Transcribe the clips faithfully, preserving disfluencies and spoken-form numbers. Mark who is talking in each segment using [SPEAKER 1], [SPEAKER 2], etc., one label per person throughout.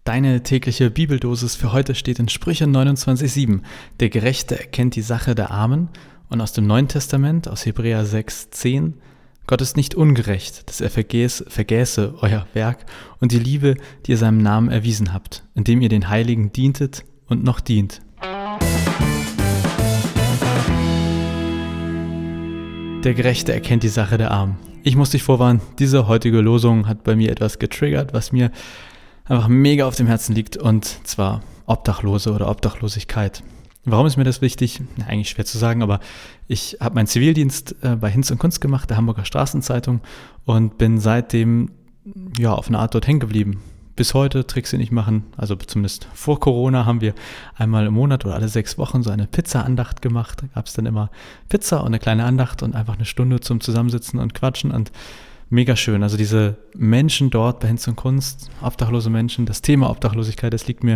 [SPEAKER 1] Deine tägliche Bibeldosis für heute steht in Sprüche neunundzwanzig sieben. Der Gerechte erkennt die Sache der Armen. Und aus dem Neuen Testament, aus Hebräer sechs zehn. Gott ist nicht ungerecht, dass er vergäß, vergäße euer Werk und die Liebe, die ihr seinem Namen erwiesen habt, indem ihr den Heiligen dientet und noch dient. Der Gerechte erkennt die Sache der Armen. Ich muss dich vorwarnen, diese heutige Losung hat bei mir etwas getriggert, was mir einfach mega auf dem Herzen liegt, und zwar Obdachlose oder Obdachlosigkeit. Warum ist mir das wichtig? Na, eigentlich schwer zu sagen, aber ich habe meinen Zivildienst äh, bei Hinz und Kunst gemacht, der Hamburger Straßenzeitung, und bin seitdem ja auf eine Art dort hängen geblieben. Bis heute Tricks, die nicht machen, also zumindest vor Corona haben wir einmal im Monat oder alle sechs Wochen so eine Pizza-Andacht gemacht. Da gab es dann immer Pizza und eine kleine Andacht und einfach eine Stunde zum Zusammensitzen und Quatschen, und mega schön. Also diese Menschen dort bei Hinz und Kunst, obdachlose Menschen, das Thema Obdachlosigkeit, das liegt mir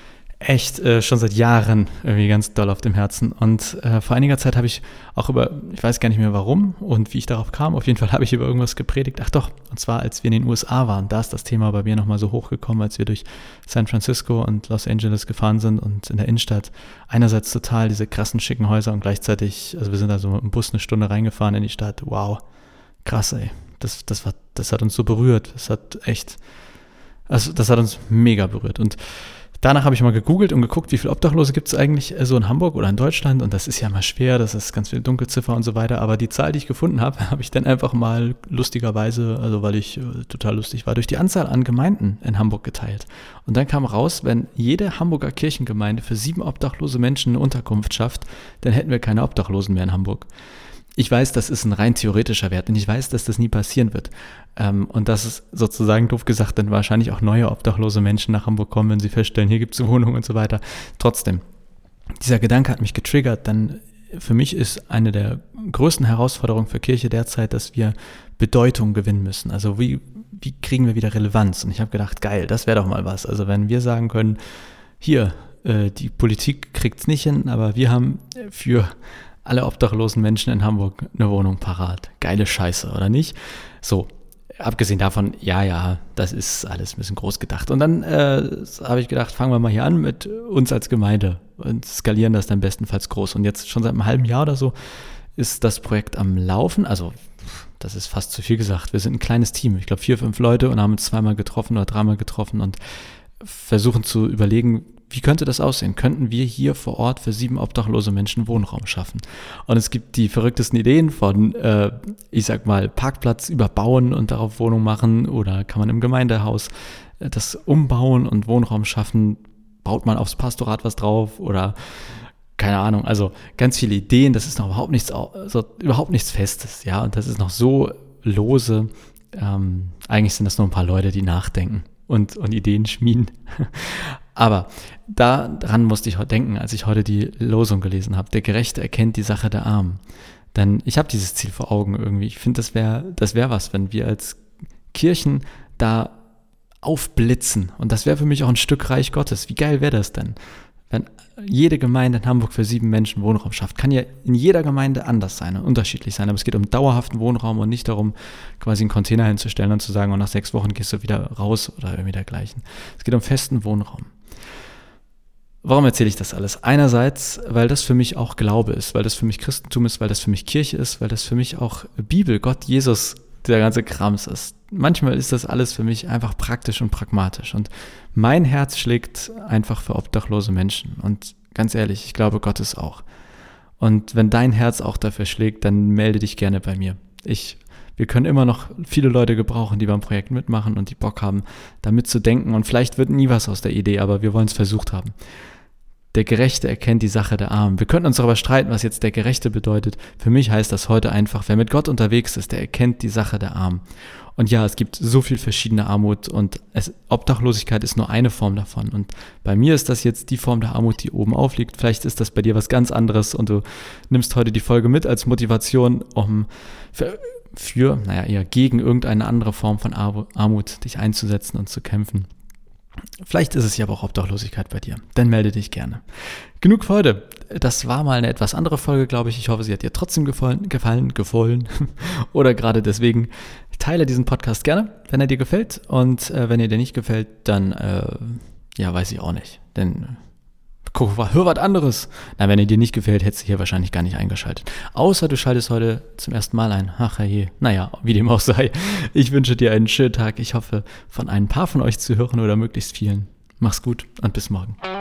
[SPEAKER 1] echt äh, schon seit Jahren irgendwie ganz doll auf dem Herzen. Und äh, vor einiger Zeit habe ich auch über, ich weiß gar nicht mehr warum und wie ich darauf kam, auf jeden Fall habe ich über irgendwas gepredigt. Ach doch, und zwar als wir in den U S A waren, da ist das Thema bei mir nochmal so hochgekommen, als wir durch San Francisco und Los Angeles gefahren sind und in der Innenstadt einerseits total diese krassen, schicken Häuser und gleichzeitig, also wir sind da so mit dem Bus eine Stunde reingefahren in die Stadt. Wow, krass ey, das, das, war, das hat uns so berührt, das hat echt, also das hat uns mega berührt. Und danach habe ich mal gegoogelt und geguckt, wie viele Obdachlose gibt es eigentlich so in Hamburg oder in Deutschland, und das ist ja mal schwer, das ist ganz viel Dunkelziffer und so weiter, aber die Zahl, die ich gefunden habe, habe ich dann einfach mal lustigerweise, also weil ich äh, total lustig war, durch die Anzahl an Gemeinden in Hamburg geteilt. Und dann kam raus, wenn jede Hamburger Kirchengemeinde für sieben obdachlose Menschen eine Unterkunft schafft, dann hätten wir keine Obdachlosen mehr in Hamburg. Ich weiß, das ist ein rein theoretischer Wert, und ich weiß, dass das nie passieren wird. Ähm, und dass es sozusagen, doof gesagt, dann wahrscheinlich auch neue obdachlose Menschen nach Hamburg kommen, wenn sie feststellen, hier gibt es Wohnungen und so weiter. Trotzdem, dieser Gedanke hat mich getriggert, denn für mich ist eine der größten Herausforderungen für Kirche derzeit, dass wir Bedeutung gewinnen müssen. Also wie, wie kriegen wir wieder Relevanz? Und ich habe gedacht, geil, das wäre doch mal was. Also wenn wir sagen können, hier, äh, die Politik kriegt es nicht hin, aber wir haben für alle obdachlosen Menschen in Hamburg eine Wohnung parat. Geile Scheiße, oder nicht? So, abgesehen davon, ja, ja, das ist alles ein bisschen groß gedacht. Und dann äh, habe ich gedacht, fangen wir mal hier an mit uns als Gemeinde und skalieren das dann bestenfalls groß. Und jetzt schon seit einem halben Jahr oder so ist das Projekt am Laufen. Also das ist fast zu viel gesagt. Wir sind ein kleines Team, ich glaube vier, fünf Leute, und haben uns zweimal getroffen oder dreimal getroffen und versuchen zu überlegen, wie könnte das aussehen? Könnten wir hier vor Ort für sieben obdachlose Menschen Wohnraum schaffen? Und es gibt die verrücktesten Ideen von, äh, ich sag mal, Parkplatz überbauen und darauf Wohnung machen, oder kann man im Gemeindehaus äh, das umbauen und Wohnraum schaffen? Baut man aufs Pastorat was drauf oder keine Ahnung? Also ganz viele Ideen, das ist noch überhaupt nichts, also überhaupt nichts Festes, ja, und das ist noch so lose. Ähm, eigentlich sind das nur ein paar Leute, die nachdenken und, und Ideen schmieden. Aber daran musste ich heute denken, als ich heute die Losung gelesen habe. Der Gerechte erkennt die Sache der Armen. Denn ich habe dieses Ziel vor Augen irgendwie. Ich finde, das wäre das wär was, wenn wir als Kirchen da aufblitzen. Und das wäre für mich auch ein Stück Reich Gottes. Wie geil wäre das denn? Wenn jede Gemeinde in Hamburg für sieben Menschen Wohnraum schafft. Kann ja in jeder Gemeinde anders sein und unterschiedlich sein. Aber es geht um dauerhaften Wohnraum und nicht darum, quasi einen Container hinzustellen und zu sagen, und nach sechs Wochen gehst du wieder raus oder irgendwie dergleichen. Es geht um festen Wohnraum. Warum erzähle ich das alles? Einerseits, weil das für mich auch Glaube ist, weil das für mich Christentum ist, weil das für mich Kirche ist, weil das für mich auch Bibel, Gott, Jesus, der ganze Krams ist. Manchmal ist das alles für mich einfach praktisch und pragmatisch, und mein Herz schlägt einfach für obdachlose Menschen, und ganz ehrlich, ich glaube, Gott ist auch. Und wenn dein Herz auch dafür schlägt, dann melde dich gerne bei mir. Ich, wir können immer noch viele Leute gebrauchen, die beim Projekt mitmachen und die Bock haben, da mitzudenken, und vielleicht wird nie was aus der Idee, aber wir wollen es versucht haben. Der Gerechte erkennt die Sache der Armen. Wir könnten uns darüber streiten, was jetzt der Gerechte bedeutet. Für mich heißt das heute einfach, wer mit Gott unterwegs ist, der erkennt die Sache der Armen. Und ja, es gibt so viel verschiedene Armut, und es, Obdachlosigkeit ist nur eine Form davon. Und bei mir ist das jetzt die Form der Armut, die oben aufliegt. Vielleicht ist das bei dir was ganz anderes, und du nimmst heute die Folge mit als Motivation, um für, für naja, eher gegen irgendeine andere Form von Armut dich einzusetzen und zu kämpfen. Vielleicht ist es ja aber auch Obdachlosigkeit bei dir. Dann melde dich gerne. Genug für heute. Das war mal eine etwas andere Folge, glaube ich. Ich hoffe, sie hat dir trotzdem gefallen, gefallen, gefallen. Oder gerade deswegen. Teile diesen Podcast gerne, wenn er dir gefällt. Und äh, wenn er dir nicht gefällt, dann äh, ja, weiß ich auch nicht. Denn guck, hör was anderes. Na, wenn er dir nicht gefällt, hättest du hier wahrscheinlich gar nicht eingeschaltet. Außer du schaltest heute zum ersten Mal ein. Ach je, naja, wie dem auch sei. Ich wünsche dir einen schönen Tag. Ich hoffe, von ein paar von euch zu hören oder möglichst vielen. Mach's gut und bis morgen.